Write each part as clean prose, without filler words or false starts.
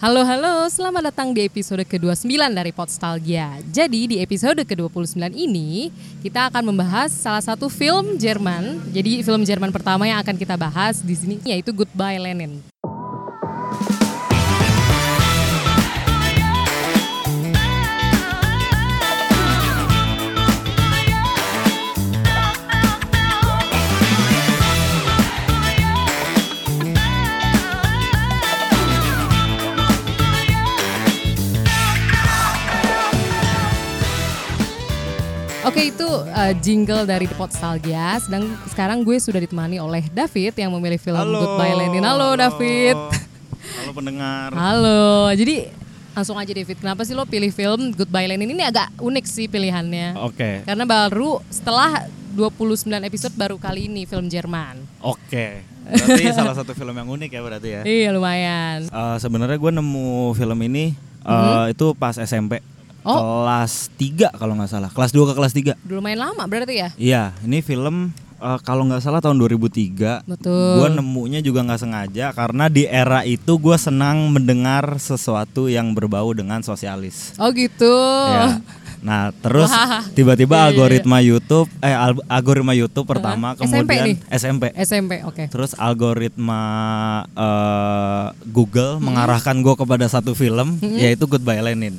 Halo, selamat datang di episode ke-29 dari Podstalgia. Jadi di episode ke-29 ini kita akan membahas salah satu film Jerman. Jadi film Jerman pertama yang akan kita bahas di sini yaitu Goodbye Lenin. Oke, itu jingle dari The Podstalgia. Sekarang gue sudah ditemani oleh David yang memilih film Goodbye Lenin. Halo David. Halo pendengar. Halo. Jadi langsung aja David, kenapa sih lo pilih film Goodbye Lenin? Ini agak unik sih pilihannya. Oke. Karena baru setelah 29 episode baru kali ini film Jerman. Oke. Berarti salah satu film yang unik ya berarti ya. Iya lumayan. Sebenarnya gue nemu film ini itu pas SMP. Kelas 3 kalau nggak salah. Kelas 2 ke kelas 3. Lumayan lama berarti ya? Iya, ini film kalau nggak salah tahun 2003. Betul. Gue nemunya juga nggak sengaja karena di era itu gue senang mendengar sesuatu yang berbau dengan sosialis. Oh gitu. Ya. Nah terus tiba-tiba algoritma YouTube pertama, kemudian SMP. Oke. Terus algoritma Google mengarahkan gue kepada satu film yaitu Goodbye Lenin.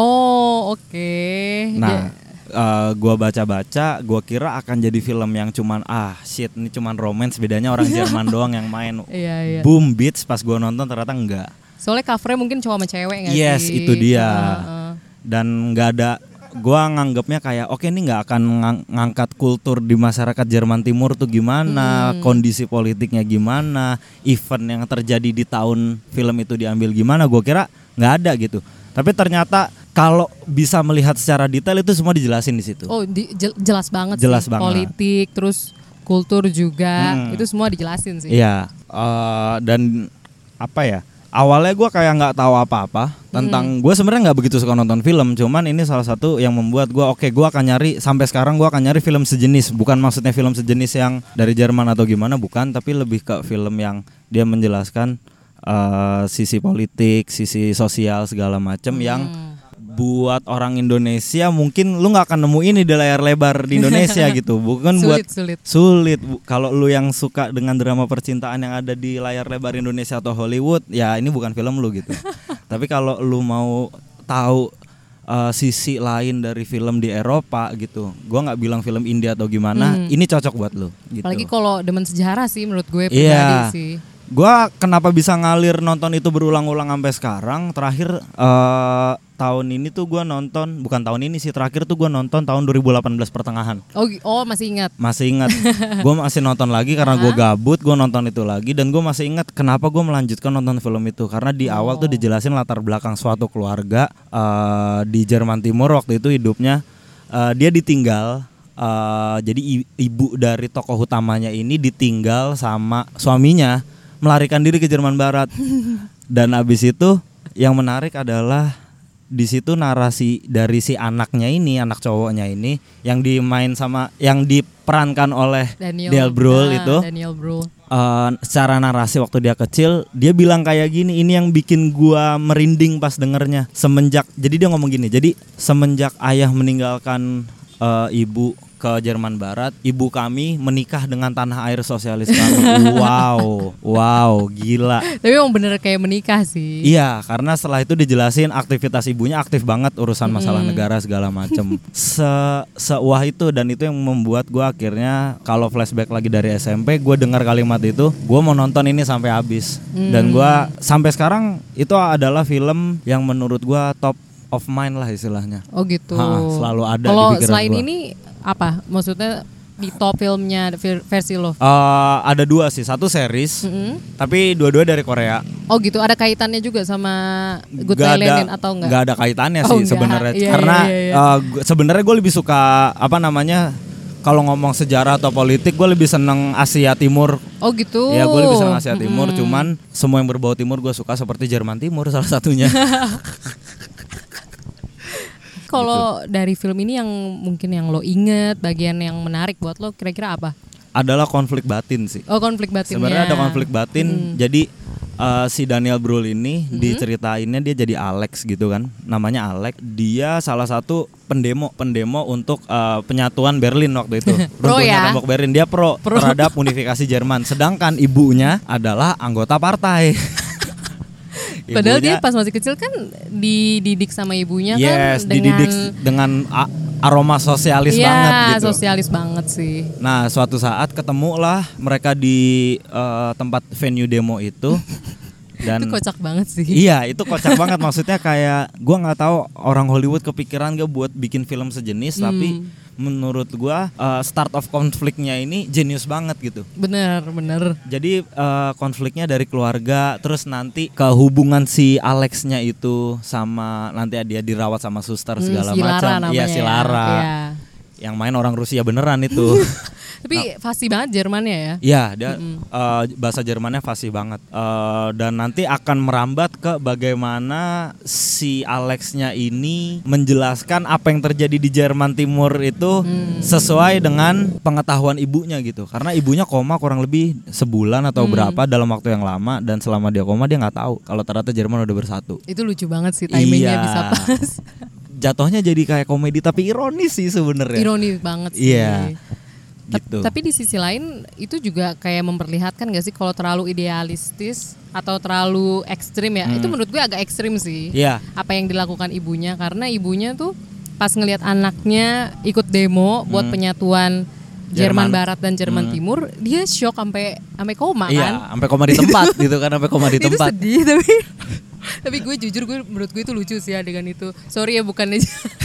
Oh oke. Nah gue baca-baca, gue kira akan jadi film yang cuman ini cuman romance, bedanya orang Jerman doang yang main. Iya. Boom beats, pas gue nonton ternyata enggak. Soalnya covernya mungkin cowok sama cewek nggak sih? Yes, itu dia. Dan nggak ada. Gue nganggapnya kayak oke, ini nggak akan ngangkat kultur di masyarakat Jerman Timur tuh gimana, kondisi politiknya gimana, event yang terjadi di tahun film itu diambil gimana. Gue kira nggak ada gitu. Tapi ternyata kalau bisa melihat secara detail itu semua dijelasin di situ. Oh, jelas banget jelas sih. Banget. Politik, terus kultur juga, itu semua dijelasin sih. Iya. Dan apa ya? Awalnya gue kayak nggak tahu apa-apa tentang. Gue sebenarnya nggak begitu suka nonton film. Cuman ini salah satu yang membuat gue gue akan nyari, sampai sekarang gue akan nyari film sejenis. Bukan maksudnya film sejenis yang dari Jerman atau gimana, bukan. Tapi lebih ke film yang dia menjelaskan sisi politik, sisi sosial segala macam yang buat orang Indonesia mungkin lu nggak akan nemu ini di layar lebar di Indonesia gitu. Bukan sulit. Kalau lu yang suka dengan drama percintaan yang ada di layar lebar Indonesia atau Hollywood, ya ini bukan film lu gitu. Tapi kalau lu mau tahu sisi lain dari film di Eropa gitu, gua nggak bilang film India atau gimana, ini cocok buat lu gitu. Apalagi kalau demen sejarah sih menurut gue pribadi sih. Gua kenapa bisa ngalir nonton itu berulang-ulang sampai sekarang? Terakhir tahun ini tuh gue nonton, bukan tahun ini sih, terakhir tuh gue nonton tahun 2018 pertengahan. Oh masih ingat? Masih ingat. Gue masih nonton lagi karena gue gabut, gue nonton itu lagi. Dan gue masih ingat kenapa gue melanjutkan nonton film itu. Karena di awal tuh dijelasin latar belakang suatu keluarga di Jerman Timur waktu itu hidupnya. Dia ditinggal, jadi ibu dari tokoh utamanya ini ditinggal sama suaminya, melarikan diri ke Jerman Barat. Dan abis itu yang menarik adalah di situ narasi dari si anaknya ini, anak cowoknya ini yang diperankan oleh Daniel Brühl itu. Secara narasi waktu dia kecil, dia bilang kayak gini, ini yang bikin gua merinding pas dengernya. Jadi dia ngomong gini, jadi semenjak ayah meninggalkan ibu ke Jerman Barat, ibu kami menikah dengan tanah air sosialis kami. Wow, gila. Tapi emang bener kayak menikah sih. Iya, karena setelah itu dijelasin aktivitas ibunya aktif banget urusan masalah negara segala macem. Sewah itu, dan itu yang membuat gue akhirnya kalau flashback lagi dari SMP, gue dengar kalimat itu, gue mau nonton ini sampai habis. Dan gue sampai sekarang itu adalah film yang menurut gue top of mind lah istilahnya. Oh gitu. Selalu ada di pikiran gua. Selain ini apa? Maksudnya di top filmnya versi lo? Ada dua sih, satu series, tapi dua-dua dari Korea. Oh gitu, ada kaitannya juga sama Goodbye Lenin atau enggak? Gak ada kaitannya sih sebenarnya. Karena sebenarnya gue lebih suka kalau ngomong sejarah atau politik, gue lebih seneng Asia Timur. Oh gitu. Ya gue lebih seneng Asia Timur, cuman semua yang berbau Timur gue suka, seperti Jerman Timur salah satunya. Kalau dari film ini yang mungkin yang lo inget, bagian yang menarik buat lo kira-kira apa? Adalah konflik batin sih. Oh konflik batinnya. Sebenarnya ada konflik batin. Jadi Si Daniel Brühl ini diceritainnya dia jadi Alex gitu kan, namanya Alex. Dia salah satu pendemo untuk penyatuan Berlin waktu itu. Pro ya? Tembok Berlin, dia pro terhadap unifikasi Jerman. Sedangkan ibunya adalah anggota partai. Padahal dia pas masih kecil kan dididik sama ibunya yes, kan dididik dengan aroma sosialis banget gitu. Sosialis banget sih. Nah, suatu saat ketemulah mereka di tempat venue demo itu. Dan itu kocak banget sih. Iya, itu kocak banget. Maksudnya kayak gua nggak tahu orang Hollywood kepikiran gak buat bikin film sejenis, tapi menurut gua start of konfliknya ini jenius banget gitu. Bener. Jadi konfliknya dari keluarga, terus nanti ke hubungan si Alexnya itu sama nanti dia dirawat sama suster segala macam. Iya, si Lara. Ya. Yang main orang Rusia beneran itu. Tapi fasih banget Jermannya ya. Iya, dia bahasa Jermannya fasih banget. Dan nanti akan merambat ke bagaimana si Alexnya ini menjelaskan apa yang terjadi di Jerman Timur itu sesuai dengan pengetahuan ibunya gitu. Karena ibunya koma kurang lebih sebulan atau berapa dalam waktu yang lama, dan selama dia koma dia nggak tahu kalau ternyata Jerman udah bersatu. Itu lucu banget sih, timingnya bisa pas. Jatuhnya jadi kayak komedi tapi ironis sih sebenarnya. Ironis banget sih. Iya. Gitu. Tapi di sisi lain itu juga kayak memperlihatkan gak sih kalau terlalu idealistis atau terlalu ekstrim ya. Itu menurut gue agak ekstrim sih. Iya. Apa yang dilakukan ibunya, karena ibunya tuh pas ngelihat anaknya ikut demo buat penyatuan Jerman Barat dan Jerman Timur, dia shock sampai koma kan. Iya, sampai koma di tempat gitu kan, sampai koma di tempat. Itu sedih tapi gue jujur menurut gue itu lucu sih adegan itu. Sorry ya bukannya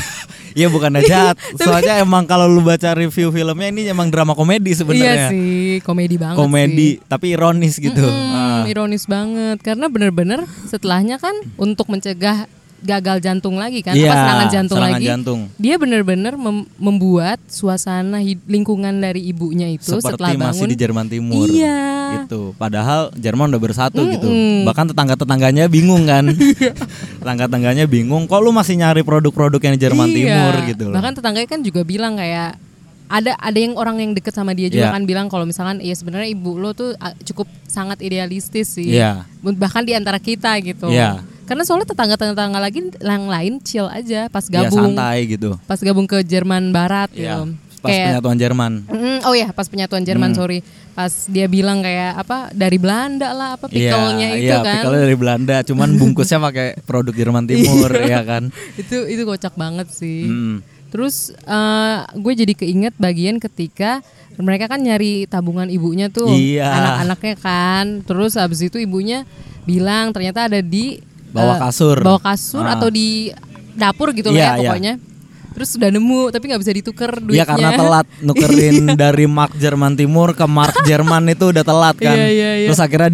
Iya bukannya jahat. Soalnya emang kalau lu baca review filmnya ini emang drama komedi sebenarnya. Iya sih, komedi banget komedi, sih. Tapi ironis gitu. Ironis banget karena bener-bener setelahnya kan untuk mencegah gagal jantung lagi kan, serangan jantung lagi. Dia benar-benar membuat suasana lingkungan dari ibunya itu seperti setelah bangun masih di Jerman Timur. Iya. Gitu. Padahal Jerman udah bersatu gitu. Bahkan tetangga-tetangganya bingung kan. Tetangga-tetangganya bingung, kok lu masih nyari produk-produk yang di Jerman Timur gitu loh. Bahkan tetangganya kan juga bilang kayak ada yang orang yang deket sama dia juga kan bilang kalau misalkan ya sebenarnya ibu lo tuh cukup sangat idealistis sih. Bahkan di antara kita gitu. Karena soalnya tetangga-tetangga lagi yang lain chill aja pas gabung. Santai gitu. Pas gabung ke Jerman Barat gitu. Pas penyatuan Jerman. Pas penyatuan Jerman, sorry. Pas dia bilang kayak apa dari Belanda lah, apa pickle-nya itu kan. Iya, pickle-nya dari Belanda, cuman bungkusnya pakai produk Jerman Timur ya kan. Itu kocak banget sih. Terus gue jadi keinget bagian ketika mereka kan nyari tabungan ibunya tuh, anak-anaknya kan. Terus habis itu ibunya bilang ternyata ada di bawah kasur atau di dapur gitu loh ya pokoknya. Terus sudah nemu tapi nggak bisa ditukar duitnya. Iya karena telat nukerin dari mark Jerman Timur ke mark Jerman itu udah telat kan. Terus akhirnya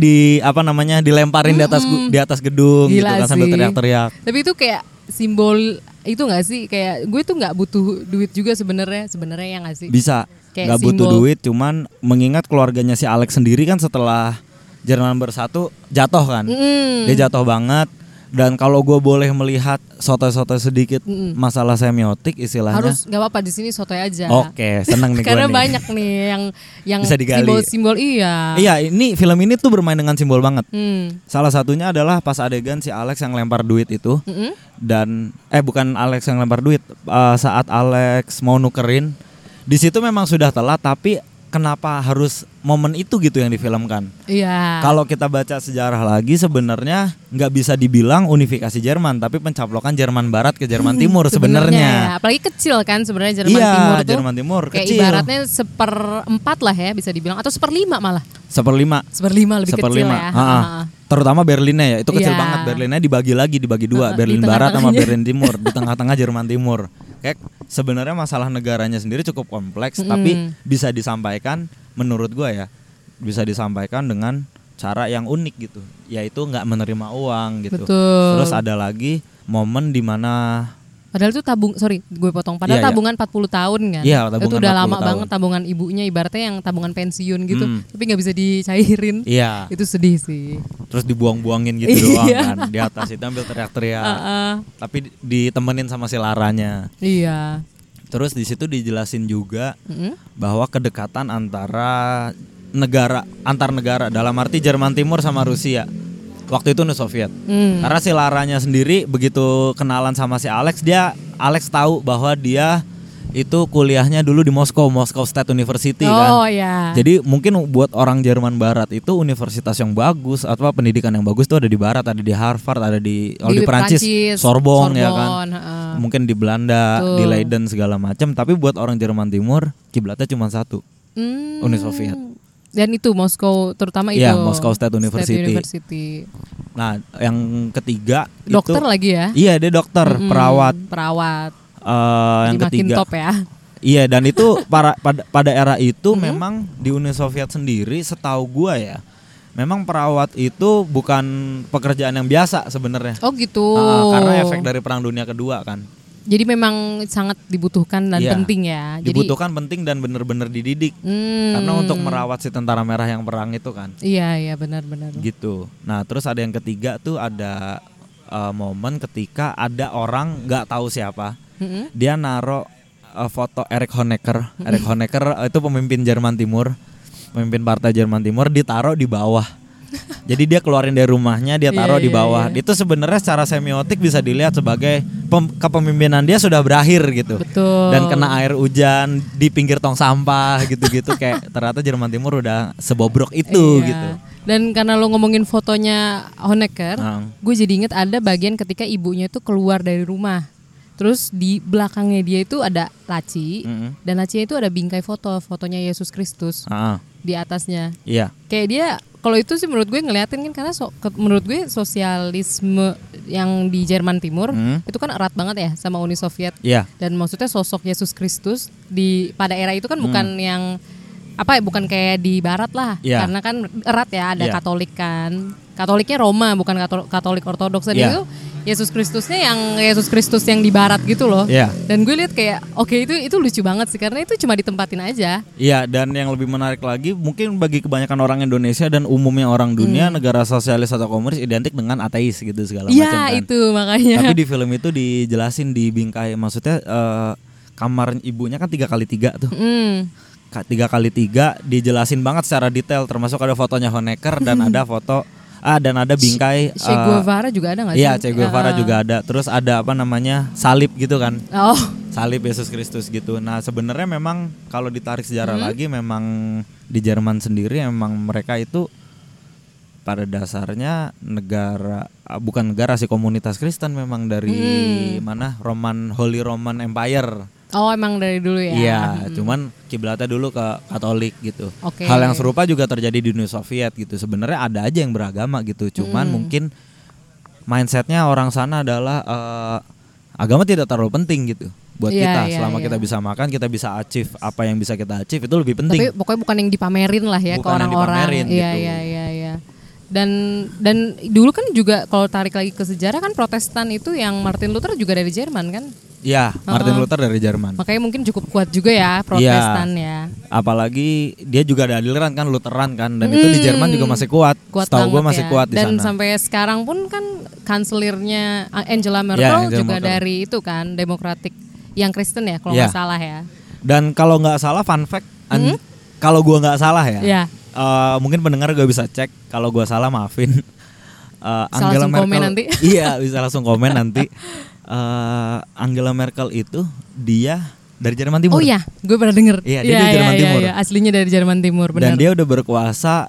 dilemparin di atas gedung. Gila gitu kan sambil teriak-teriak. Tapi itu kayak simbol itu nggak sih, kayak gue tuh nggak butuh duit juga sebenarnya ya nggak sih? Bisa nggak butuh duit, cuman mengingat keluarganya si Alex sendiri kan setelah Jerman bersatu jatuh kan. Dia jatuh banget. Dan kalau gue boleh melihat sotoy-sotoy sedikit masalah semiotik istilahnya. Harus nggak apa-apa di sini sotoy aja. Oke, senang nih gue karena nih. banyak nih yang bisa digali. Simbol-simbol Iya, ini film ini tuh bermain dengan simbol banget. Salah satunya adalah pas adegan si Alex yang lempar duit itu. Dan bukan Alex yang lempar duit, saat Alex mau nukerin, di situ memang sudah telat tapi kenapa harus momen itu gitu yang difilmkan? Iya. Kalau kita baca sejarah lagi sebenarnya nggak bisa dibilang unifikasi Jerman, tapi pencaplokan Jerman Barat ke Jerman Timur sebenarnya. Apalagi kecil kan sebenarnya Jerman Timur tuh. Jerman Timur kayak kecil. Ibaratnya 1/4 lah ya bisa dibilang, atau 1/5 malah. 1/5 lebih kecil ya. Terutama Berlinnya ya, itu kecil banget. Berlinnya dibagi dua, Berlin Barat sama Berlin Timur, di tengah-tengah Jerman Timur. Kayak sebenarnya masalah negaranya sendiri cukup kompleks, tapi bisa disampaikan menurut gua ya, bisa disampaikan dengan cara yang unik gitu, yaitu nggak menerima uang gitu. Betul. Terus ada lagi momen di mana padahal itu tabungan 40 tahun kan. Itu udah lama banget tabungan ibunya, ibaratnya yang tabungan pensiun gitu, tapi nggak bisa dicairin. Itu sedih sih. Terus dibuang-buangin gitu doang kan. Di atas itu ambil teriak-teriak. Tapi ditemenin sama si Laranya. Iya. Terus di situ dijelasin juga bahwa kedekatan antar negara dalam arti Jerman Timur sama Rusia. waktu itu Uni Soviet. Karena si Laranya sendiri begitu kenalan sama si Alex, Alex tahu bahwa dia itu kuliahnya dulu di Moscow State University kan. Oh iya. Jadi mungkin buat orang Jerman Barat itu universitas yang bagus atau pendidikan yang bagus tuh ada di Barat, ada di Harvard, ada di Prancis Sorbonne ya kan. Mungkin di Belanda, di Leiden segala macam. Tapi buat orang Jerman Timur kiblatnya cuma satu, Uni Soviet. Dan itu Moskow terutama itu. Iya, Moscow State University. Nah, yang ketiga dokter itu, lagi ya? Iya, dia dokter, perawat. Yang ketiga top ya. Iya, dan itu pada era itu memang di Uni Soviet sendiri setahu gua ya, memang perawat itu bukan pekerjaan yang biasa sebenarnya. Oh gitu. Karena efek dari Perang Dunia Kedua kan. Jadi memang sangat dibutuhkan dan penting ya. Dibutuhkan penting dan benar-benar dididik. Karena untuk merawat si tentara merah yang perang itu kan. Iya benar-benar. Gitu. Nah terus ada yang ketiga tuh ada momen ketika ada orang nggak tahu siapa. Dia naruh foto Erich Honecker. Erich Honecker itu pemimpin Jerman Timur, pemimpin partai Jerman Timur, ditaruh di bawah. Jadi dia keluarin dari rumahnya, dia taruh di bawah. Itu sebenarnya secara semiotik bisa dilihat sebagai kepemimpinan dia sudah berakhir gitu. Betul. Dan kena air hujan di pinggir tong sampah gitu-gitu kayak ternyata Jerman Timur udah sebobrok itu gitu. Dan karena lo ngomongin fotonya Honecker, gue jadi inget ada bagian ketika ibunya itu keluar dari rumah. Terus di belakangnya dia itu ada laci, dan lacinya itu ada bingkai fotonya Yesus Kristus di atasnya. Iya. Kayak dia, kalau itu sih menurut gue ngeliatin kan, karena menurut gue sosialisme yang di Jerman Timur itu kan erat banget ya sama Uni Soviet. Iya. Dan maksudnya sosok Yesus Kristus pada era itu kan bukan yang bukan kayak di Barat lah, karena kan erat ya, ada Katolik kan. Katoliknya Roma, bukan Katolik Ortodoks. Dan itu Yesus Kristus yang di Barat gitu loh. Dan gue lihat kayak itu lucu banget sih, karena itu cuma ditempatin aja. Iya, dan yang lebih menarik lagi mungkin bagi kebanyakan orang Indonesia dan umumnya orang dunia, negara sosialis atau komunis identik dengan ateis gitu segala macam kan. Iya, itu makanya. Tapi di film itu dijelasin di bingkai, maksudnya kamar ibunya kan 3x3 tuh. 3x3 dijelasin banget secara detail, termasuk ada fotonya Honecker dan ada foto dan ada bingkai Che Guevara juga ada nggak sih? Iya, Che Guevara juga ada. Terus ada salib gitu kan. Salib Yesus Kristus gitu. Nah sebenarnya memang kalau ditarik sejarah lagi, memang di Jerman sendiri memang mereka itu pada dasarnya bukan negara sih, komunitas Kristen memang dari Holy Roman Empire. Oh, emang dari dulu ya? Iya, cuman kiblatnya dulu ke Katolik gitu. Hal yang serupa juga terjadi di Uni Soviet gitu. Sebenarnya ada aja yang beragama gitu, cuman mungkin mindsetnya orang sana adalah agama tidak terlalu penting gitu buat kita. Selama kita bisa makan, kita bisa achieve apa yang bisa kita achieve, itu lebih penting. Tapi pokoknya bukan yang dipamerin lah ya, bukan ke orang-orang. Iya. Dan dulu kan juga kalau tarik lagi ke sejarah kan, Protestan itu yang Martin Luther juga dari Jerman kan? Iya, Martin Luther dari Jerman. Makanya mungkin cukup kuat juga ya Protestan ya. Apalagi dia juga ada aliran kan Lutheran kan, dan itu di Jerman juga masih kuat. Setahu gue masih kuat di sana. Dan sampai sekarang pun kan kanselirnya Angela Merkel juga dari itu kan, Demokratik yang Kristen ya kalau nggak salah ya. Dan kalau nggak salah, fun fact, kalau gue nggak salah ya. Mungkin pendengar gue bisa cek, kalau gue salah maafin. Angela Merkel, komen nanti. Iya, bisa langsung komen nanti. Angela Merkel itu dia dari Jerman Timur. Oh iya, gue pernah denger. Iya, dia dari Jerman Timur. Iya, aslinya dari Jerman Timur, benar. Dan dia udah berkuasa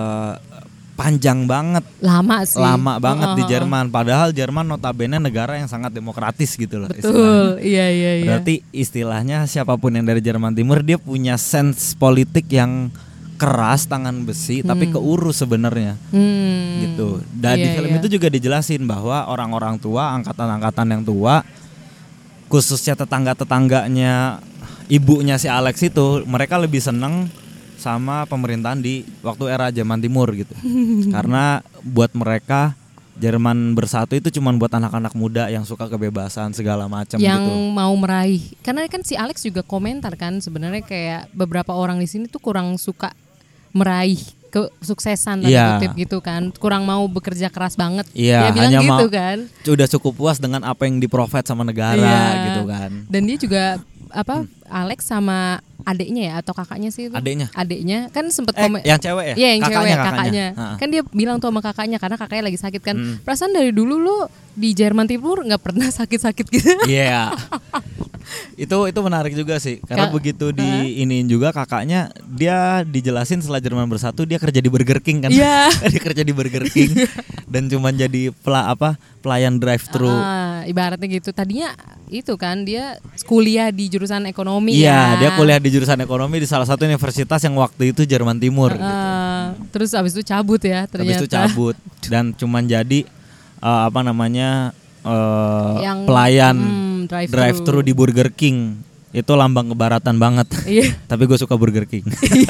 panjang banget. Lama sih. Lama banget di Jerman. Padahal Jerman notabene negara yang sangat demokratis gitu loh. Betul, iya. Berarti istilahnya siapapun yang dari Jerman Timur, dia punya sense politik yang keras, tangan besi, tapi keurus sebenarnya, gitu. Dan di film itu juga dijelasin bahwa orang-orang tua, angkatan-angkatan yang tua, khususnya tetangga-tetangganya ibunya si Alex itu, mereka lebih seneng sama pemerintahan di waktu era Jerman Timur gitu. Karena buat mereka Jerman bersatu itu cuma buat anak-anak muda yang suka kebebasan segala macam gitu. Yang mau meraih. Karena kan si Alex juga komentar kan, sebenarnya kayak beberapa orang di sini tuh kurang suka meraih kesuksesan tanda kutip gitu kan, kurang mau bekerja keras banget. Dia bilang gitu kan. Udah cukup puas dengan apa yang diprofet sama negara gitu kan. Dan dia juga Alex sama adiknya ya atau kakaknya sih itu? Adiknya kan sempet yang cewek ya? Iya yang cewek kakaknya. Kan dia bilang tuh sama kakaknya karena kakaknya lagi sakit kan. Perasaan dari dulu lo di Jerman Timur nggak pernah sakit-sakit gitu. Iya. Itu menarik juga sih karena begitu diiniin juga kakaknya, dia dijelasin setelah Jerman bersatu dia kerja di Burger King kan. Iya. Dia kerja di Burger King dan cuman jadi pelayan drive thru. Ibaratnya gitu. Tadinya itu kan dia kuliah di jurusan ekonomi. Iya, dia kuliah di jurusan ekonomi di salah satu universitas yang waktu itu Jerman Timur gitu. Terus abis itu cabut ya ternyata. Abis itu cabut dan cuman jadi pelayan drive thru di Burger King. Itu lambang kebaratan banget. Iya. Tapi gue suka Burger King.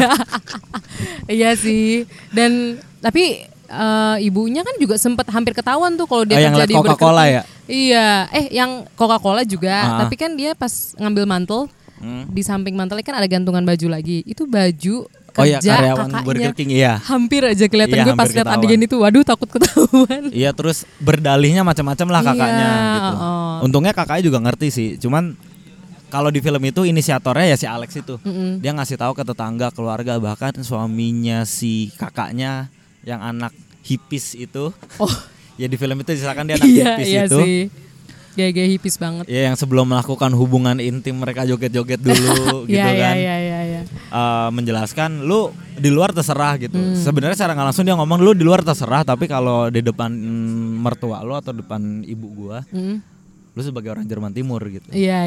Iya sih. Dan tapi ibunya kan juga sempat hampir ketahuan tuh kalau dia kerja di Coca-Cola ya. Iya. Yang Coca-Cola juga. Tapi kan dia pas ngambil mantel, di samping mantelnya kan ada gantungan baju lagi. Itu baju kerja karyawan kakaknya. Burger King, iya. Hampir aja kelihatan, gue pas lihat adegan itu, waduh takut ketahuan. Iya, terus berdalihnya macam-macam lah kakaknya gitu. Untungnya kakaknya juga ngerti sih. Cuman kalau di film itu inisiatornya ya si Alex itu. Dia ngasih tahu ke tetangga, keluarga, bahkan suaminya si kakaknya yang anak hipis itu. Ya di film itu misalkan dia anak hipis itu. Sih. Gaya-gaya hipis banget. Ya yang sebelum melakukan hubungan intim mereka joget-joget dulu gitu kan. Iya. Menjelaskan lu di luar terserah gitu. Sebenarnya secara nggak langsung dia ngomong lu di luar terserah, tapi kalau di depan mertua lu atau depan ibu gua, lu sebagai orang Jerman Timur gitu. Iya.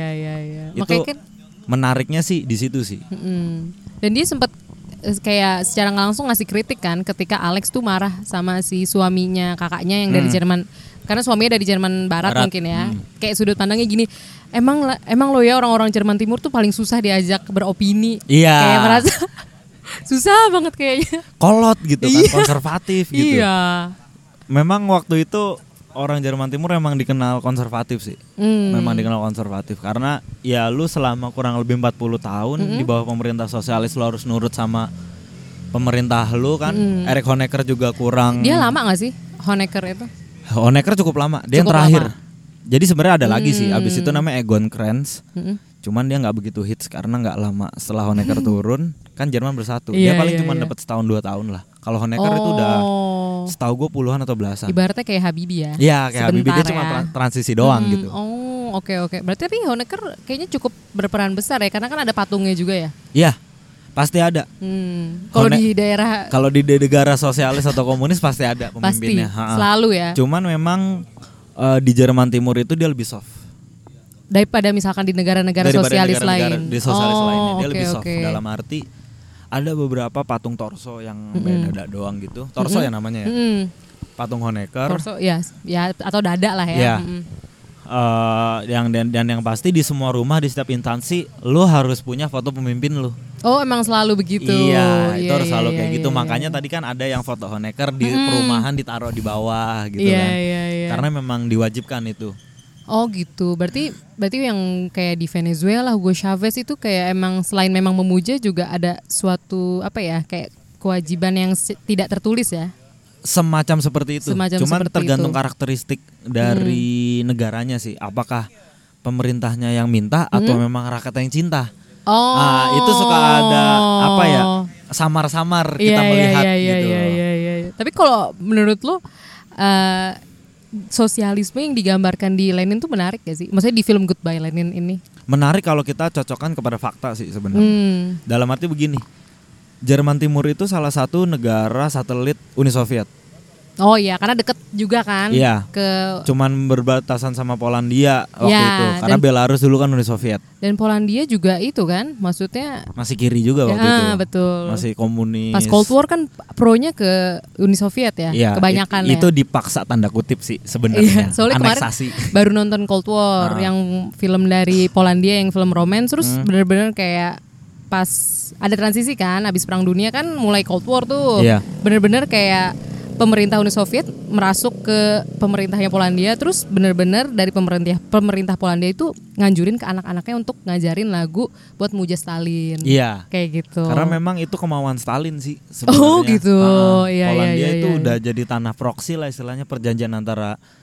Itu makanya kan menariknya sih di situ sih. Dan dia sempat kayak secara nggak langsung ngasih kritik kan ketika Alex tuh marah sama si suaminya kakaknya yang dari Jerman. Karena suaminya dari Jerman Barat mungkin ya. Kayak sudut pandangnya gini, emang lo ya orang-orang Jerman Timur tuh paling susah diajak beropini. Iya. Kayak merasa susah banget kayaknya. Kolot gitu kan, konservatif gitu. Iya. Memang waktu itu orang Jerman Timur memang dikenal konservatif sih. Memang dikenal konservatif karena ya lu selama kurang lebih 40 tahun di bawah pemerintah sosialis lu harus nurut sama pemerintah lu kan. Erich Honecker juga kurang. Dia lama gak sih Honecker itu? Honecker cukup lama, dia yang terakhir. Jadi sebenarnya ada lagi sih, abis itu namanya Egon Krenz. Cuman dia nggak begitu hits karena nggak lama setelah Honecker turun, kan Jerman bersatu. Dia paling cuma dapat setahun 2 tahun lah. Kalau Honecker itu udah setahu gue puluhan atau belasan. Ibaratnya kayak Habibie ya? Iya kayak Habibie, dia cuma transisi doang gitu. Oke. Berarti tapi Honecker kayaknya cukup berperan besar ya, karena kan ada patungnya juga ya? Iya. Pasti ada. Kalau di daerah, kalau di negara sosialis atau komunis pasti ada pemimpinnya. Pasti, selalu ya. Cuman memang di Jerman Timur itu dia lebih soft daripada misalkan di negara-negara sosialis lain. Di sosialis lainnya dia lebih soft. Dalam arti ada beberapa patung torso yang dada doang gitu. Torso ya namanya ya. Patung Honecker. Torso ya atau dada lah ya. Yang pasti di semua rumah, di setiap instansi lu harus punya foto pemimpin lu. Oh, emang selalu begitu. Iya, itu harus selalu kayak gitu. Makanya tadi kan ada yang foto Honecker di perumahan ditaruh di bawah gitu kan. Karena memang diwajibkan itu. Oh gitu. Berarti yang kayak di Venezuela Hugo Chavez itu kayak emang selain memang memuja juga ada suatu kayak kewajiban yang tidak tertulis ya. Semacam seperti itu. Cuman tergantung karakteristik dari negaranya sih. Apakah pemerintahnya yang minta atau memang rakyat yang cinta? Itu suka ada samar-samar kita melihat gitu. Iya. Tapi kalau menurut lo sosialisme yang digambarkan di Lenin tuh menarik gak sih? Maksudnya di film Goodbye Lenin ini? Menarik kalau kita cocokkan kepada fakta sih sebenarnya. Dalam arti begini. Jerman Timur itu salah satu negara satelit Uni Soviet. Oh iya, karena deket juga kan. Iya. Cuman berbatasan sama Polandia waktu itu, karena Belarus dulu kan Uni Soviet. Dan Polandia juga itu kan, maksudnya masih kiri juga waktu itu. Betul. Masih komunis. Pas Cold War kan pronya ke Uni Soviet ya, kebanyakan ya. Itu dipaksa tanda kutip sih sebenarnya. Soalnya aneksasi. Kemarin baru nonton Cold War, yang film dari Polandia yang film romance, terus bener-bener kayak pas ada transisi kan, abis Perang Dunia kan mulai Cold War tuh. Bener-bener kayak pemerintah Uni Soviet merasuk ke pemerintahnya Polandia, terus bener-bener dari pemerintah Polandia itu nganjurin ke anak-anaknya untuk ngajarin lagu buat muja Stalin. Iya. Kayak gitu. Karena memang itu kemauan Stalin sih sebenarnya. Oh gitu. Polandia itu udah jadi tanah proksi lah istilahnya, perjanjian antara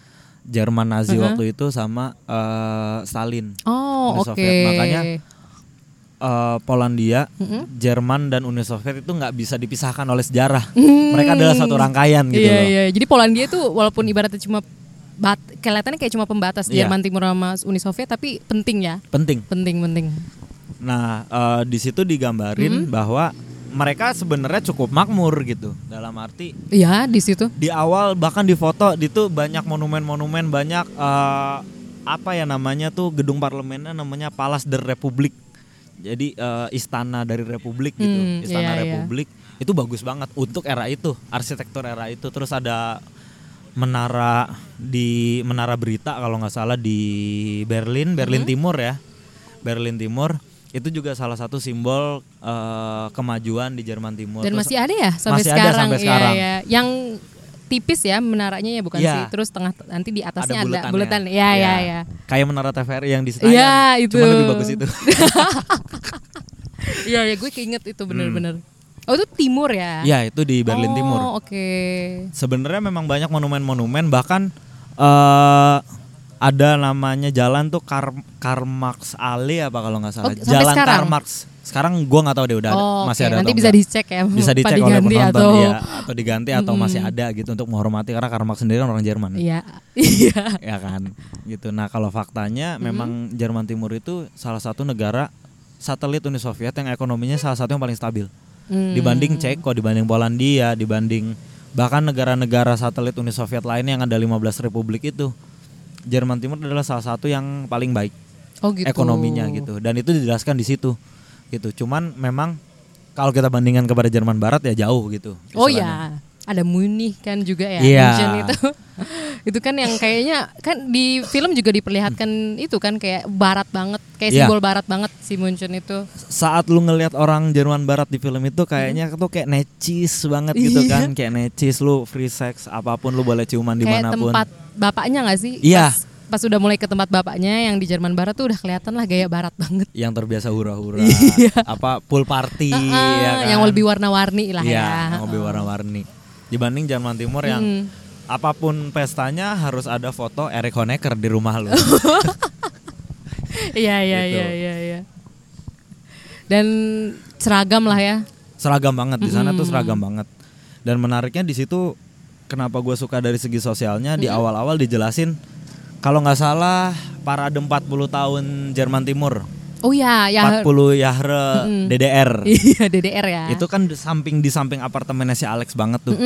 Jerman Nazi waktu itu sama Stalin. Oh, Uni oke. Soviet. Makanya Polandia, Jerman dan Uni Soviet itu nggak bisa dipisahkan oleh sejarah. Mereka adalah satu rangkaian gitu Iya, loh. iya. Jadi Polandia itu walaupun ibaratnya cuma kelihatannya kayak cuma pembatas Iya. Jerman Timur sama Uni Soviet, tapi penting ya. Penting. Penting. Nah, di situ digambarin bahwa mereka sebenarnya cukup makmur gitu. Dalam arti Iya, di situ. di awal bahkan di foto itu banyak monumen-monumen, banyak apa ya namanya tuh gedung parlemennya namanya Palace der Republik. Jadi istana dari Republik gitu. Istana iya. Republik itu bagus banget untuk era itu, arsitektur era itu. Terus ada menara berita kalau nggak salah di Berlin Timur ya. Berlin Timur itu juga salah satu simbol kemajuan di Jerman Timur. Dan Terus masih ada ya sampai masih ada sekarang. sampai sekarang. Iya. Yang tipis ya menaranya ya, bukan Iya. sih. Terus tengah nanti di atasnya ada buletannya. buletan. Iya. Kayak menara TVRI yang di Senayan. Iya, itu. Cuma lebih bagus itu. Iya, gue keinget itu bener-bener. Oh, itu timur ya? Ya, itu di Berlin Timur. Oh, oke. Sebenarnya memang banyak monumen-monumen, bahkan ada namanya jalan tuh Karl Marx Alley apa kalau nggak salah. sampai Jalan sekarang? Karl Marx. Sekarang gua nggak tahu deh udah masih oke. ada Nanti atau bisa enggak. dicek ya. Bisa apa dicek oleh diganti penonton atau atau diganti atau masih ada gitu untuk menghormati, karena Karl Marx sendiri kan orang Jerman. Iya. Iya. Ya kan gitu. Nah, kalau faktanya memang Jerman Timur itu salah satu negara satelit Uni Soviet yang ekonominya salah satu yang paling stabil. Dibanding Ceko, dibanding Polandia, dibanding bahkan negara-negara satelit Uni Soviet lainnya yang ada 15 republik itu, Jerman Timur adalah salah satu yang paling baik ekonominya gitu. Dan itu dijelaskan di situ gitu. Cuman memang kalau kita bandingkan kepada Jerman Barat ya jauh gitu. Oh istilahnya. ya, ada Munich kan juga ya, Iya. München itu. Itu kan yang kayaknya kan di film juga diperlihatkan itu kan kayak barat banget, kayak Iya. simbol barat banget si München itu. Saat lu ngelihat orang Jerman Barat di film itu kayaknya tuh kayak necis banget gitu Iya. kan, kayak necis, lu free sex apapun, lu boleh ciuman Kayak dimanapun. tempat bapaknya nggak sih? Iya. Pas udah mulai ke tempat bapaknya yang di Jerman Barat tuh udah kelihatan lah gaya barat banget. Yang terbiasa hura-hura, Iya. apa pool party ya kan? Yang lebih warna-warni lah Iya, ya. yang lebih warna-warni. Dibanding Jerman Timur yang apapun pestanya harus ada foto Erich Honecker di rumah lu. Iya. Gitu. Dan seragam lah ya. Seragam banget di sana tuh, seragam banget. Dan menariknya di situ, kenapa gue suka dari segi sosialnya, di awal-awal dijelasin kalau nggak salah parade 40 tahun Jerman Timur. Oh ya, 40 Jahre DDR. Iya, DDR ya. Itu kan di samping apartemennya si Alex banget tuh.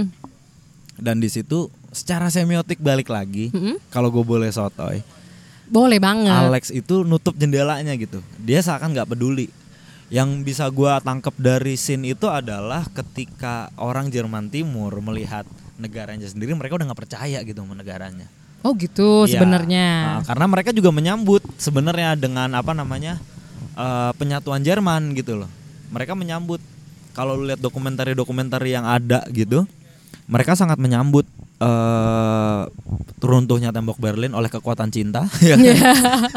Dan di situ secara semiotik balik lagi, kalau gue boleh sotoy, boleh banget. Alex itu nutup jendelanya gitu. Dia seakan nggak peduli. Yang bisa gue tangkep dari scene itu adalah ketika orang Jerman Timur melihat negaranya sendiri, mereka udah nggak percaya gitu sama negaranya. Oh gitu Iya. sebenarnya. Nah, karena mereka juga menyambut sebenarnya dengan apa namanya penyatuan Jerman gitu loh. Mereka menyambut. Kalau lu lihat dokumenter yang ada gitu, mereka sangat menyambut runtuhnya tembok Berlin oleh kekuatan cinta. Ya kan?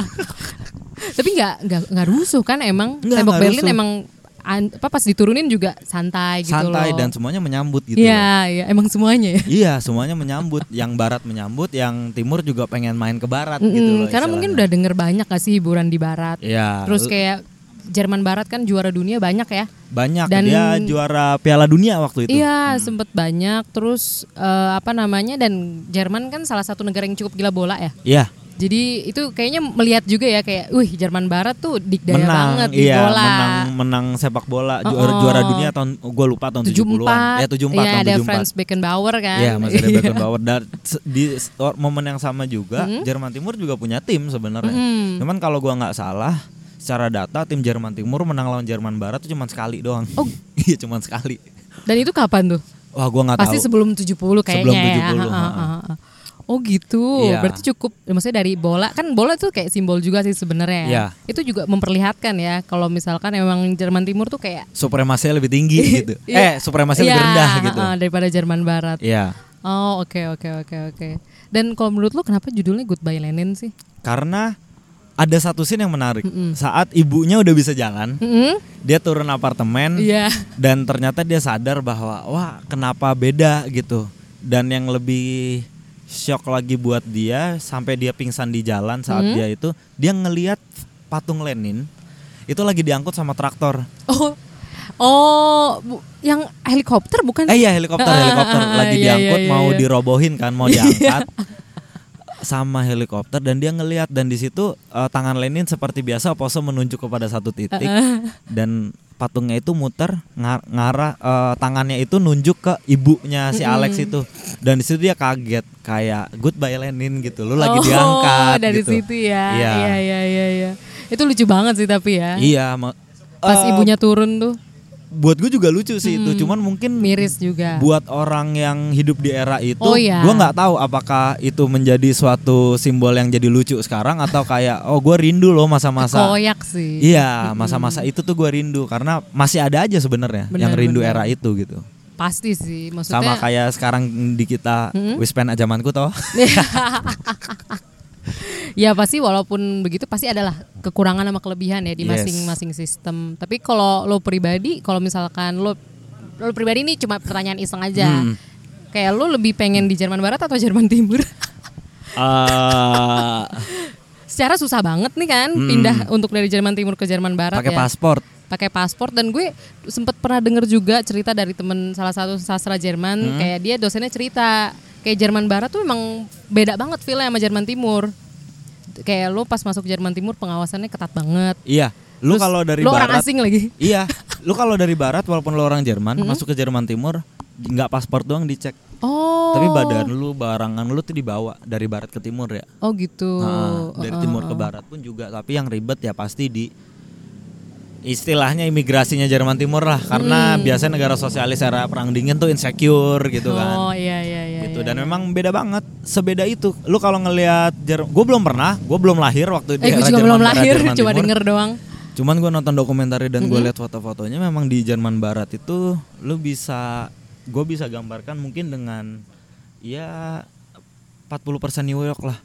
Tapi nggak rusuh kan emang. Nggak Tembok Berlin rusuh. emang pas diturunin juga santai gitu loh. Santai dan semuanya menyambut gitu. Iya, emang semuanya ya. Iya, semuanya menyambut. Yang barat menyambut, yang timur juga pengen main ke barat gitu loh. Karena mungkin udah denger banyak gak sih hiburan di barat. Iya. Terus kayak Jerman Barat kan juara dunia banyak ya. Banyak. Dan dia juara Piala Dunia waktu itu. Iya, sempet banyak. Terus dan Jerman kan salah satu negara yang cukup gila bola ya. Iya. Jadi itu kayaknya melihat juga ya kayak, Jerman Barat tuh dikdaya banget di iya, bola. menang sepak bola juara dunia tahun gue lupa tahun 70-an. Ya 74 Iya, tahun ada 74. Franz Beckenbauer kan. Iya, masih ada Beckenbauer. Dan di momen yang sama juga Jerman Timur juga punya tim sebenarnya. Cuman kalau gua nggak salah, secara data tim Jerman Timur menang lawan Jerman Barat tuh cuma sekali doang. Oh. Iya, cuma sekali. Dan itu kapan tuh? Wah, gua nggak tahu. Pasti sebelum 70 kayaknya. Sebelum Ya. 70. Oh gitu, Iya. berarti cukup. Maksudnya dari bola, kan bola tuh kayak simbol juga sih sebenarnya. Iya. Itu juga memperlihatkan ya kalau misalkan emang Jerman Timur tuh kayak Supremasinya lebih tinggi gitu. Iya. Supremasinya lebih rendah gitu. Daripada Jerman Barat. Iya. Oh oke. Dan kalau menurut lu kenapa judulnya Goodbye Lenin sih? Karena ada satu scene yang menarik. Saat ibunya udah bisa jalan, dia turun apartemen. Iya. Dan ternyata dia sadar bahwa wah, kenapa beda gitu. Dan yang lebih shock lagi buat dia sampai dia pingsan di jalan saat dia ngelihat patung Lenin itu lagi diangkut sama traktor. Yang helikopter bukan? Iya helikopter lagi diangkut mau dirobohin kan, mau diangkat sama helikopter dan dia ngelihat dan di situ tangan Lenin seperti biasa pose menunjuk kepada satu titik dan patungnya itu muter ngarah tangannya itu nunjuk ke ibunya si Alex itu dan di situ dia kaget kayak goodbye Lenin gitu, lu lagi diangkat dari gitu. Situ ya. Iya. Itu lucu banget sih tapi ya. Iya. Pas ibunya turun tuh. Buat gue juga lucu sih itu, cuman mungkin miris juga. Buat orang yang hidup di era itu, iya. gue nggak tahu apakah itu menjadi suatu simbol yang jadi lucu sekarang atau kayak gue rindu loh masa-masa. Koyak sih. Iya, masa-masa itu tuh gue rindu karena masih ada aja sebenarnya yang rindu era itu gitu. Pasti sih, maksudnya. Sama kayak sekarang di kita wispen zamanku toh. Ya pasti walaupun begitu pasti adalah kekurangan sama kelebihan ya di masing-masing sistem. Tapi kalau lo pribadi, kalau misalkan lo pribadi ini cuma pertanyaan iseng aja. Kayak lo lebih pengen di Jerman Barat atau Jerman Timur? Secara susah banget nih kan pindah untuk dari Jerman Timur ke Jerman Barat. Pakai paspor dan gue sempet pernah denger juga cerita dari temen salah satu sastra Jerman. Kayak dia dosennya cerita kayak Jerman Barat tuh memang beda banget feel-nya sama Jerman Timur. Kayak lo pas masuk Jerman Timur pengawasannya ketat banget. Iya. Lu kalau dari lo barat orang asing lagi. Iya. Lu kalau dari barat walaupun lo orang Jerman masuk ke Jerman Timur nggak paspor doang dicek. Tapi badan lu, barangan lu tuh dibawa dari barat ke timur ya. Oh gitu. Dari timur ke barat pun juga. Tapi yang ribet ya pasti di istilahnya imigrasinya Jerman Timur lah, karena biasanya negara sosialis era perang dingin tuh insecure gitu kan. Oh iya. Gitu dan memang beda banget, sebeda itu. Lu kalau ngelihat gue belum pernah, gue belum lahir waktu di era Jerman belum lahir, Jerman cuma Timur. denger doang. Cuman gue nonton dokumenter dan gue lihat foto-fotonya memang di Jerman Barat itu gue bisa gambarkan mungkin dengan ya 40% New York lah.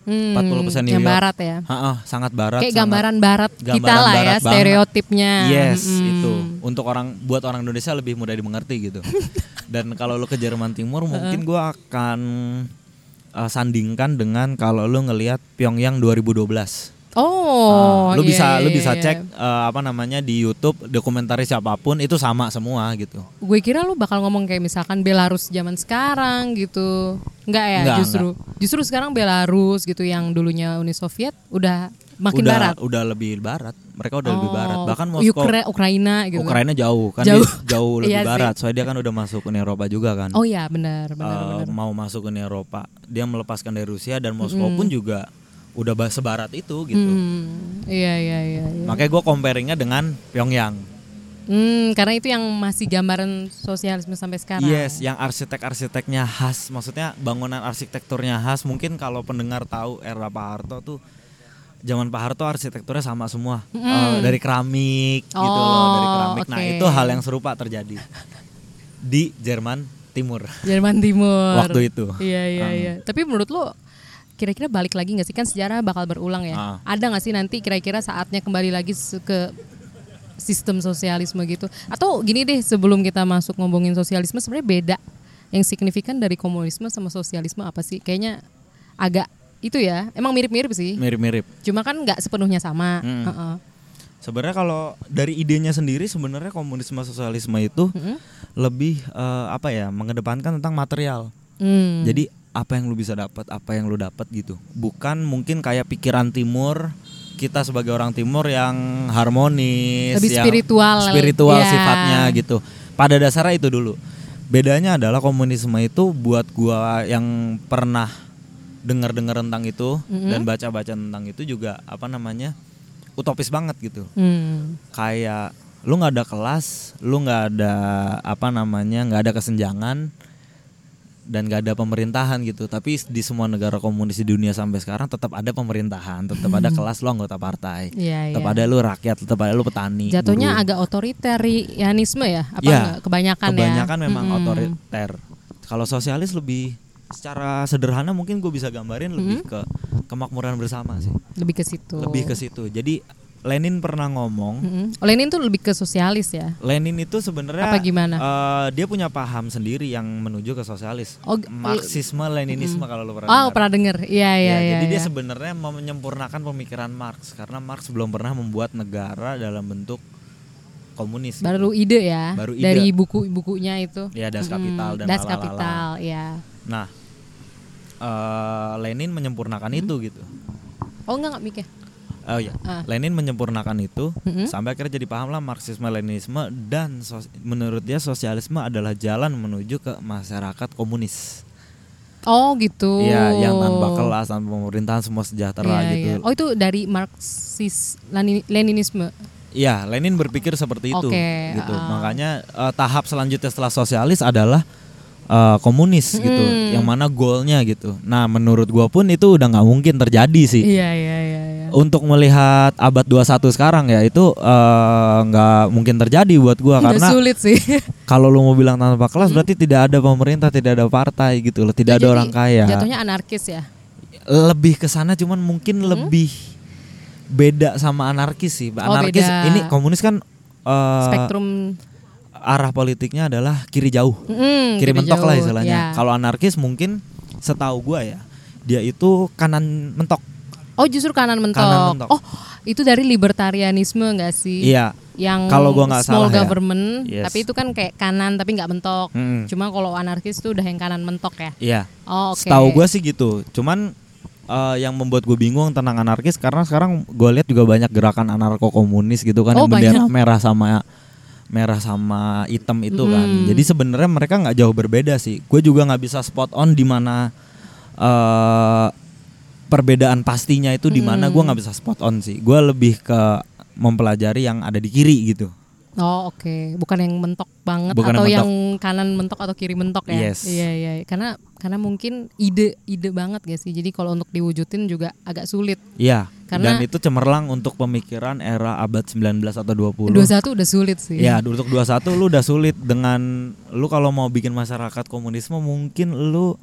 40% New York. Barat ya. Sangat barat. Kayak gambaran barat kita lah ya, stereotipnya. Yes, itu. Buat orang Indonesia lebih mudah dimengerti gitu. Dan kalau lu ke Jerman Timur mungkin gua akan sandingkan dengan kalau lu ngelihat Pyongyang 2012. Lu bisa cek di YouTube dokumentaris siapapun itu sama semua gitu. Gue kira lu bakal ngomong kayak misalkan Belarus zaman sekarang gitu. Enggak ya, justru sekarang Belarus gitu yang dulunya Uni Soviet udah makin barat. Udah lebih barat. Mereka udah lebih barat. Bahkan Moskow, Ukraina gitu. Ukraina jauh kan, jauh lebih barat. Soalnya dia kan udah masuk Uni Eropa juga kan. Oh iya, benar. Mau masuk Uni Eropa, dia melepaskan dari Rusia dan Moskow pun juga udah sebarat itu gitu. Iya. Makanya gue comparingnya dengan Pyongyang. Karena itu yang masih gambaran sosialisme sampai sekarang. Yes, yang arsiteknya khas. Maksudnya bangunan arsitekturnya khas. Mungkin kalau pendengar tahu era Pak Harto tuh, zaman Pak Harto arsitekturnya sama semua. Dari keramik gitu loh, dari keramik. Nah itu hal yang serupa terjadi di Jerman Timur. Waktu itu. Iya. Tapi menurut lo kira-kira balik lagi nggak sih, kan sejarah bakal berulang ya? Ada nggak sih nanti kira-kira saatnya kembali lagi ke sistem sosialisme gitu? Atau gini deh, sebelum kita masuk ngomongin sosialisme, sebenarnya beda yang signifikan dari komunisme sama sosialisme apa sih? Kayaknya agak itu ya, emang mirip-mirip sih. Mirip-mirip. Cuma kan nggak sepenuhnya sama. Sebenarnya kalau dari idenya sendiri sebenarnya komunisme sosialisme itu lebih mengedepankan tentang material. Jadi apa yang lu bisa dapat, apa yang lu dapat gitu. Bukan mungkin kayak pikiran Timur, kita sebagai orang Timur yang harmonis, lebih yang spiritual sifatnya gitu. Pada dasarnya itu dulu. Bedanya adalah komunisme itu buat gua yang pernah dengar-dengar tentang itu dan baca-baca tentang itu juga utopis banget gitu. Kayak lu nggak ada kelas, lu nggak ada nggak ada kesenjangan dan gak ada pemerintahan gitu. Tapi di semua negara komunis di dunia sampai sekarang tetap ada pemerintahan, tetap ada kelas, lu anggota partai, tetap ada lu rakyat, tetap ada lu petani. Jatuhnya agak otoritarianisme ya? Kebanyakan memang otoriter. Kalau sosialis lebih secara sederhana mungkin gue bisa gambarin lebih ke kemakmuran bersama sih. Lebih ke situ. Jadi Lenin pernah ngomong. Lenin tuh lebih ke sosialis ya. Lenin itu sebenarnya apa gimana? Dia punya paham sendiri yang menuju ke sosialis. Marxisme, Leninisme kalau lo pernah dengar. Pernah dengar. Iya. Jadi dia sebenarnya menyempurnakan pemikiran Marx karena Marx belum pernah membuat negara dalam bentuk komunis. Baru ide ya. Dari buku-bukunya itu. Ya, Das Kapital dan Das Kapital, ya. Nah, Lenin menyempurnakan itu gitu. Oh enggak mikir. Oh iya, Lenin menyempurnakan itu sampai akhirnya jadi paham lah Marxisme, Leninisme dan menurut dia sosialisme adalah jalan menuju ke masyarakat komunis. Oh gitu. Iya, yang tanpa kelas, tanpa pemerintahan, semua sejahtera gitu. Iya. Oh itu dari Marxis Leninisme. Iya, Lenin berpikir seperti itu gitu. Makanya tahap selanjutnya setelah sosialis adalah komunis gitu, yang mana goalnya gitu. Nah menurut gua pun itu udah nggak mungkin terjadi sih. Iya. Untuk melihat abad 21 sekarang ya itu nggak mungkin terjadi buat gua karena sulit sih. Kalau lu mau bilang tanpa kelas berarti tidak ada pemerintah, tidak ada partai gitu loh, tidak ada orang kaya. Jatuhnya anarkis ya. Lebih ke sana cuman mungkin lebih beda sama anarkis sih. Anarkis ini komunis kan spektrum arah politiknya adalah kiri jauh. Kiri mentok lah istilahnya. Kalau anarkis mungkin setahu gua ya, dia itu kanan mentok. Oh justru kanan mentok. Oh itu dari libertarianisme nggak sih? Iya. Yang kalau gua nggak salah small government, ya. Tapi itu kan kayak kanan tapi nggak mentok. Cuma kalau anarkis itu udah yang kanan mentok ya. Iya. Oh, okay. Setahu gua sih gitu. Cuman yang membuat gue bingung tentang anarkis karena sekarang gue lihat juga banyak gerakan anarko komunis gitu kan, yang bendera merah sama hitam itu kan. Jadi sebenarnya mereka nggak jauh berbeda sih. Gue juga nggak bisa spot on di mana perbedaan pastinya itu di mana, gue nggak bisa spot on sih. Gue lebih ke mempelajari yang ada di kiri gitu. Oh oke. Bukan yang mentok banget atau yang kanan mentok atau kiri mentok ya. Yes. Iya. Karena mungkin ide banget gak sih. Jadi kalau untuk diwujudin juga agak sulit. Iya. Dan itu cemerlang untuk pemikiran era abad 19 atau 20. 21 udah sulit sih. Iya, untuk 21 lu udah sulit dengan lu kalau mau bikin masyarakat komunisme mungkin lu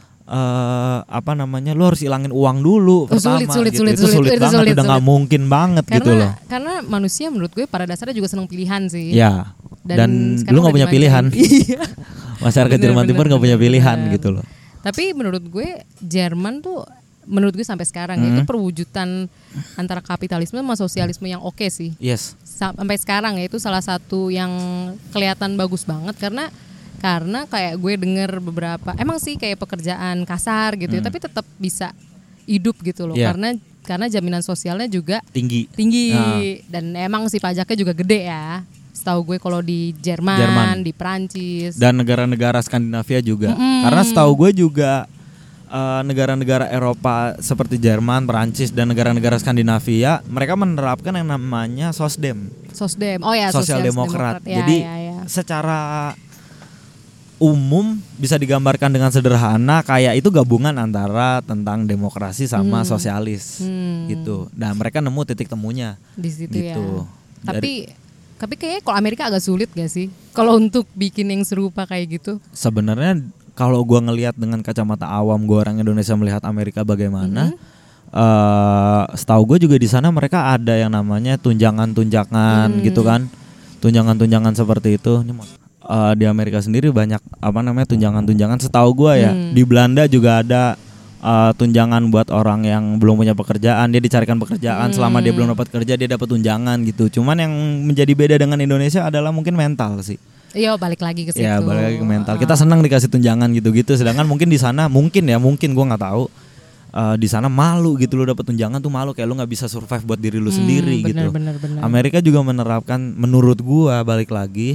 lu harus hilangin uang dulu pertama. Sulit Banget, udah nggak mungkin banget gitu loh. Karena manusia menurut gue pada dasarnya juga senang pilihan sih. Ya. Dan lu nggak punya pilihan. Masyarakat Jerman Timur nggak punya pilihan gitu loh. Tapi menurut gue Jerman tuh menurut gue sampai sekarang itu perwujudan antara kapitalisme sama sosialisme yang oke sih. Yes. Sampai sekarang ya itu salah satu yang kelihatan bagus banget karena kayak gue denger beberapa emang sih kayak pekerjaan kasar gitu ya, tapi tetap bisa hidup gitu loh. Karena jaminan sosialnya juga tinggi. Dan emang sih pajaknya juga gede ya. Setahu gue kalau di Jerman, di Prancis dan negara-negara Skandinavia juga. Karena setahu gue juga negara-negara Eropa seperti Jerman, Prancis dan negara-negara Skandinavia mereka menerapkan yang namanya Sosdem. Oh ya, Sosial Demokrat. Jadi secara umum bisa digambarkan dengan sederhana kayak itu gabungan antara tentang demokrasi sama sosialis gitu. Dan mereka nemu titik temunya di situ gitu. Ya. Tapi kayaknya kalau Amerika agak sulit gak sih kalau untuk bikin yang serupa kayak gitu? Sebenarnya kalau gue ngelihat dengan kacamata awam, gue orang Indonesia melihat Amerika bagaimana, setahu gue juga di sana mereka ada yang namanya tunjangan gitu kan, tunjangan seperti itu. Di Amerika sendiri banyak tunjangan. Setahu gue ya di Belanda juga ada tunjangan buat orang yang belum punya pekerjaan, dia dicarikan pekerjaan selama dia belum dapat kerja dia dapat tunjangan gitu. Cuman yang menjadi beda dengan Indonesia adalah mungkin mental sih. Iya, balik lagi ke situ. Iya, balik lagi ke mental. Kita senang dikasih tunjangan gitu-gitu, sedangkan mungkin di sana mungkin gue nggak tahu. Di sana malu gitu, lu dapat tunjangan tuh malu, kayak lu nggak bisa survive buat diri lu sendiri gitu. Bener. Amerika juga menerapkan menurut gue balik lagi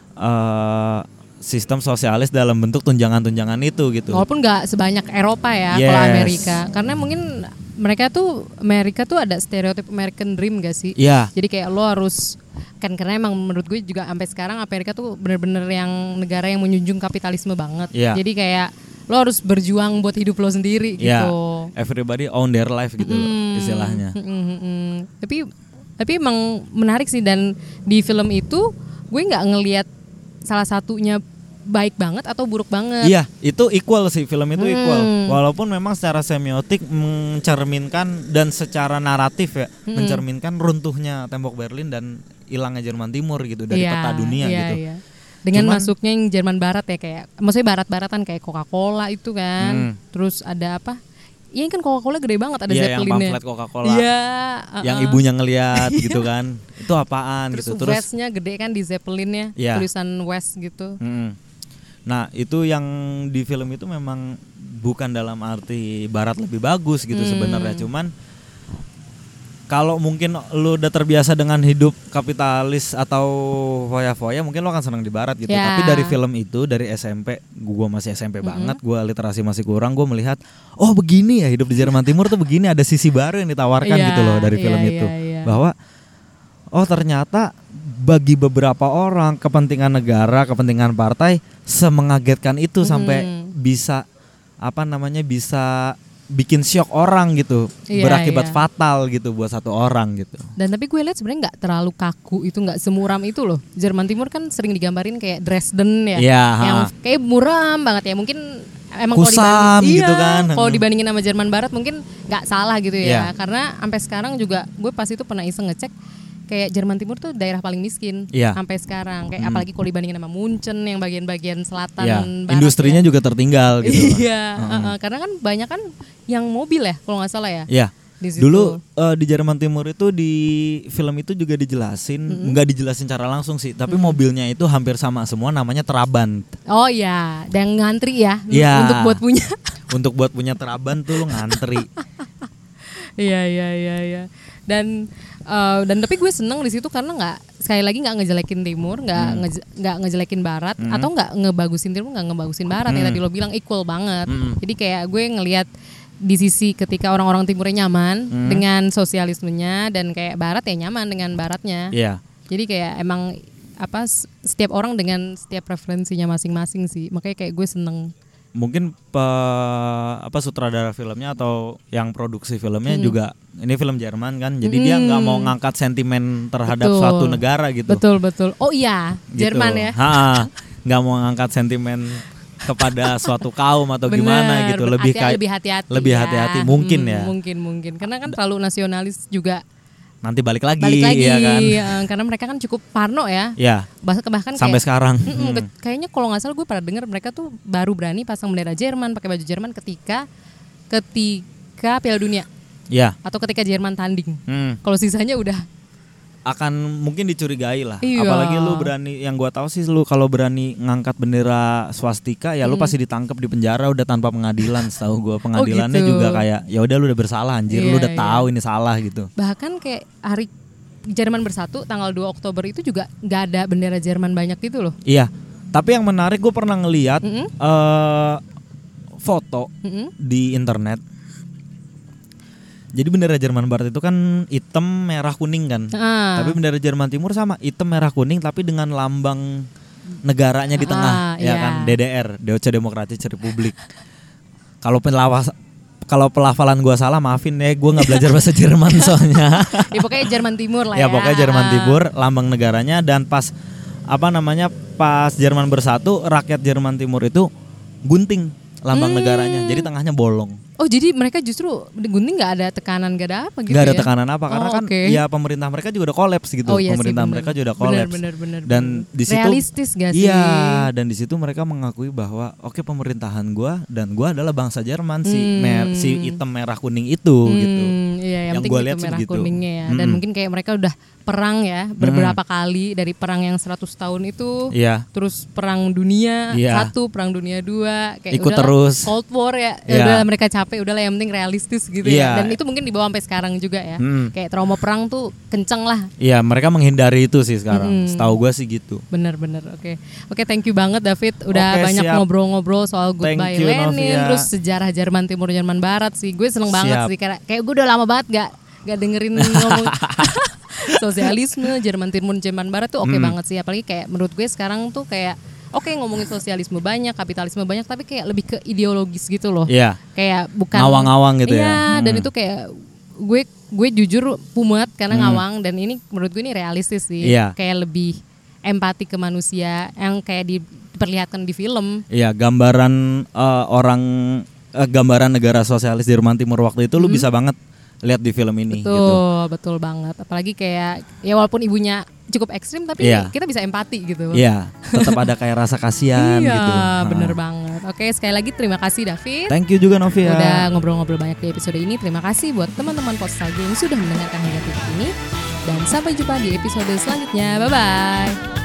sistem sosialis dalam bentuk tunjangan-tunjangan itu gitu. Walaupun nggak sebanyak Eropa ya kalau Amerika, karena mungkin Amerika tuh ada stereotip American Dream gak sih? Iya. Jadi kayak lo harus karena emang menurut gue juga sampai sekarang Amerika tuh bener-bener yang negara yang menjunjung kapitalisme banget. Yeah. Jadi kayak lo harus berjuang buat hidup lo sendiri gitu. Everybody own their life gitu istilahnya. Tapi emang menarik sih, dan di film itu gue nggak ngelihat salah satunya baik banget atau buruk banget. Iya, itu equal sih, film itu equal. Walaupun memang secara semiotik mencerminkan dan secara naratif ya mencerminkan runtuhnya tembok Berlin dan hilangnya Jerman Timur gitu dari peta dunia gitu. Iya. Dengan masuknya yang Jerman Barat ya, kayak maksudnya barat-baratan kayak Coca-Cola itu kan. Terus ada apa? Iya kan Coca-Cola gede banget, ada Zeppelinnya. Yang pamflet Coca-Cola. Iya. Yang ibunya ngeliat gitu kan. Itu apaan terus gitu. Terus West-nya gede kan di Zeppelinnya, tulisan West gitu. Nah itu yang di film itu memang bukan dalam arti Barat lebih bagus gitu sebenarnya. Cuman kalau mungkin lu udah terbiasa dengan hidup kapitalis atau foya-foya, mungkin lu akan senang di Barat gitu. Tapi dari film itu, dari SMP, gua masih SMP banget, gua literasi masih kurang, gua melihat oh begini ya hidup di Jerman Timur tuh begini, ada sisi baru yang ditawarkan gitu loh dari film itu. Bahwa oh ternyata bagi beberapa orang kepentingan negara, kepentingan partai semengagetkan itu sampai bisa bisa bikin syok orang gitu, berakibat fatal gitu buat satu orang gitu. Dan tapi gue lihat sebenarnya nggak terlalu kaku itu, nggak semuram itu loh. Jerman Timur kan sering digambarin kayak Dresden ya, yang kayak muram banget ya. Mungkin emang kusam gitu kan. Kalau dibandingin sama Jerman Barat mungkin nggak salah gitu ya. Karena sampai sekarang juga gue pas itu pernah iseng ngecek. Kayak Jerman Timur tuh daerah paling miskin sampai sekarang. Kayak apalagi kalau dibandingin sama Munchen yang bagian-bagian selatan barat. Industrinya juga tertinggal gitu. Karena kan banyak kan yang mobil ya kalau nggak salah ya. Iya. Dulu di Jerman Timur itu di film itu juga dijelasin, nggak dijelasin secara langsung sih, tapi mobilnya itu hampir sama semua, namanya Trabant. Oh iya, dan ngantri ya untuk buat punya. Untuk buat punya Trabant tuh lu ngantri. Iya. Dan tapi gue seneng di situ karena sekali lagi nggak ngejelekin Timur, nggak ngejelekin Barat, atau nggak ngebagusin Timur, nggak ngebagusin Barat. Yang tadi lo bilang equal banget. Jadi kayak gue ngelihat di sisi ketika orang-orang Timurnya nyaman dengan sosialismenya, dan kayak Barat ya nyaman dengan Baratnya. Jadi kayak emang setiap orang dengan setiap preferensinya masing-masing sih. Makanya kayak gue seneng. Mungkin sutradara filmnya atau yang produksi filmnya juga ini film Jerman kan, jadi dia nggak mau ngangkat sentimen terhadap suatu negara gitu. Betul. Oh iya, gitu. Jerman ya. Nggak mau ngangkat sentimen kepada suatu kaum atau gimana gitu. Lebih hati-hati mungkin ya. Mungkin karena kan terlalu nasionalis juga. Nanti balik lagi ya kan. Karena mereka kan cukup parno ya. Bahkan sampai sekarang. Kayaknya kalau nggak salah gue pernah dengar mereka tuh baru berani pasang bendera Jerman, pakai baju Jerman ketika Piala Dunia. Atau ketika Jerman tanding. Kalau sisanya udah akan mungkin dicurigai lah. Apalagi lu berani, yang gua tahu sih lu kalau berani ngangkat bendera swastika ya lu pasti ditangkap di penjara udah tanpa pengadilan. Setahu gua pengadilannya juga kayak ya udah lu udah bersalah anjir, lu udah tahu ini salah gitu. Bahkan kayak hari Jerman bersatu tanggal 2 Oktober itu juga nggak ada bendera Jerman banyak gitu loh. Iya. Tapi yang menarik gue pernah ngeliat foto di internet. Jadi bendera Jerman Barat itu kan hitam, merah, kuning kan. Tapi bendera Jerman Timur sama, hitam, merah, kuning tapi dengan lambang negaranya di tengah, ya kan, DDR, Deutsche Demokratische Republik. Kalau pelafalan gue salah maafin ya, gue nggak belajar bahasa Jerman soalnya. Ya pokoknya Jerman Timur lah ya. Ya pokoknya Jerman Timur, lambang negaranya, dan pas pas Jerman bersatu, rakyat Jerman Timur itu gunting lambang negaranya, jadi tengahnya bolong. Oh jadi mereka justru gunting nggak ada tekanan, nggak ada apa gitu? Nggak ada tekanan apa, karena kan ya pemerintah mereka juga udah kolaps gitu. Pemerintah mereka juga udah kolaps. Bener. Dan di situ realistis gak sih? Iya, dan di situ mereka mengakui bahwa oke, pemerintahan gua dan gua adalah bangsa Jerman, si hitam merah kuning itu gitu. Iya, yang gua lihat merah kuningnya ya. Dan mungkin kayak mereka udah perang ya beberapa kali, dari perang yang 100 tahun itu, terus perang dunia 1, perang dunia 2, kayak ikut terus Cold War ya. Udah mereka capek, udahlah yang penting realistis gitu ya. Dan itu mungkin dibawa sampai sekarang juga ya. Kayak trauma perang tuh kenceng lah. Iya, mereka menghindari itu sih sekarang. Setahu gue sih gitu. Bener. Oke, thank you banget David. Udah banyak ngobrol-ngobrol soal Goodbye Lenin, terus sejarah Jerman Timur, Jerman Barat sih. Gue seneng banget sih, kayak gue udah lama banget gak dengerin ngomong sosialisme Jerman Timur, Jerman Barat tuh oke banget sih. Apalagi kayak menurut gue sekarang tuh kayak ngomongin sosialisme banyak, kapitalisme banyak, tapi kayak lebih ke ideologis gitu loh. Kayak bukan ngawang-ngawang gitu ya. Dan itu kayak gue jujur pumet karena ngawang, dan ini menurut gue ini realistis sih. Kayak lebih empati ke manusia, yang kayak diperlihatkan di film. Iya, gambaran gambaran negara sosialis di Jerman Timur waktu itu lu bisa banget lihat di film ini. Betul, gitu. betul banget. Apalagi kayak ya walaupun ibunya cukup ekstrim tapi kita bisa empati gitu. Iya, tetap ada kayak rasa kasihan gitu. Iya, bener banget. Oke, sekali lagi terima kasih David. Thank you juga Novia. Udah ngobrol-ngobrol banyak di episode ini. Terima kasih buat teman-teman Postalgia yang sudah mendengarkan hingga titik ini. Dan sampai jumpa di episode selanjutnya. Bye-bye.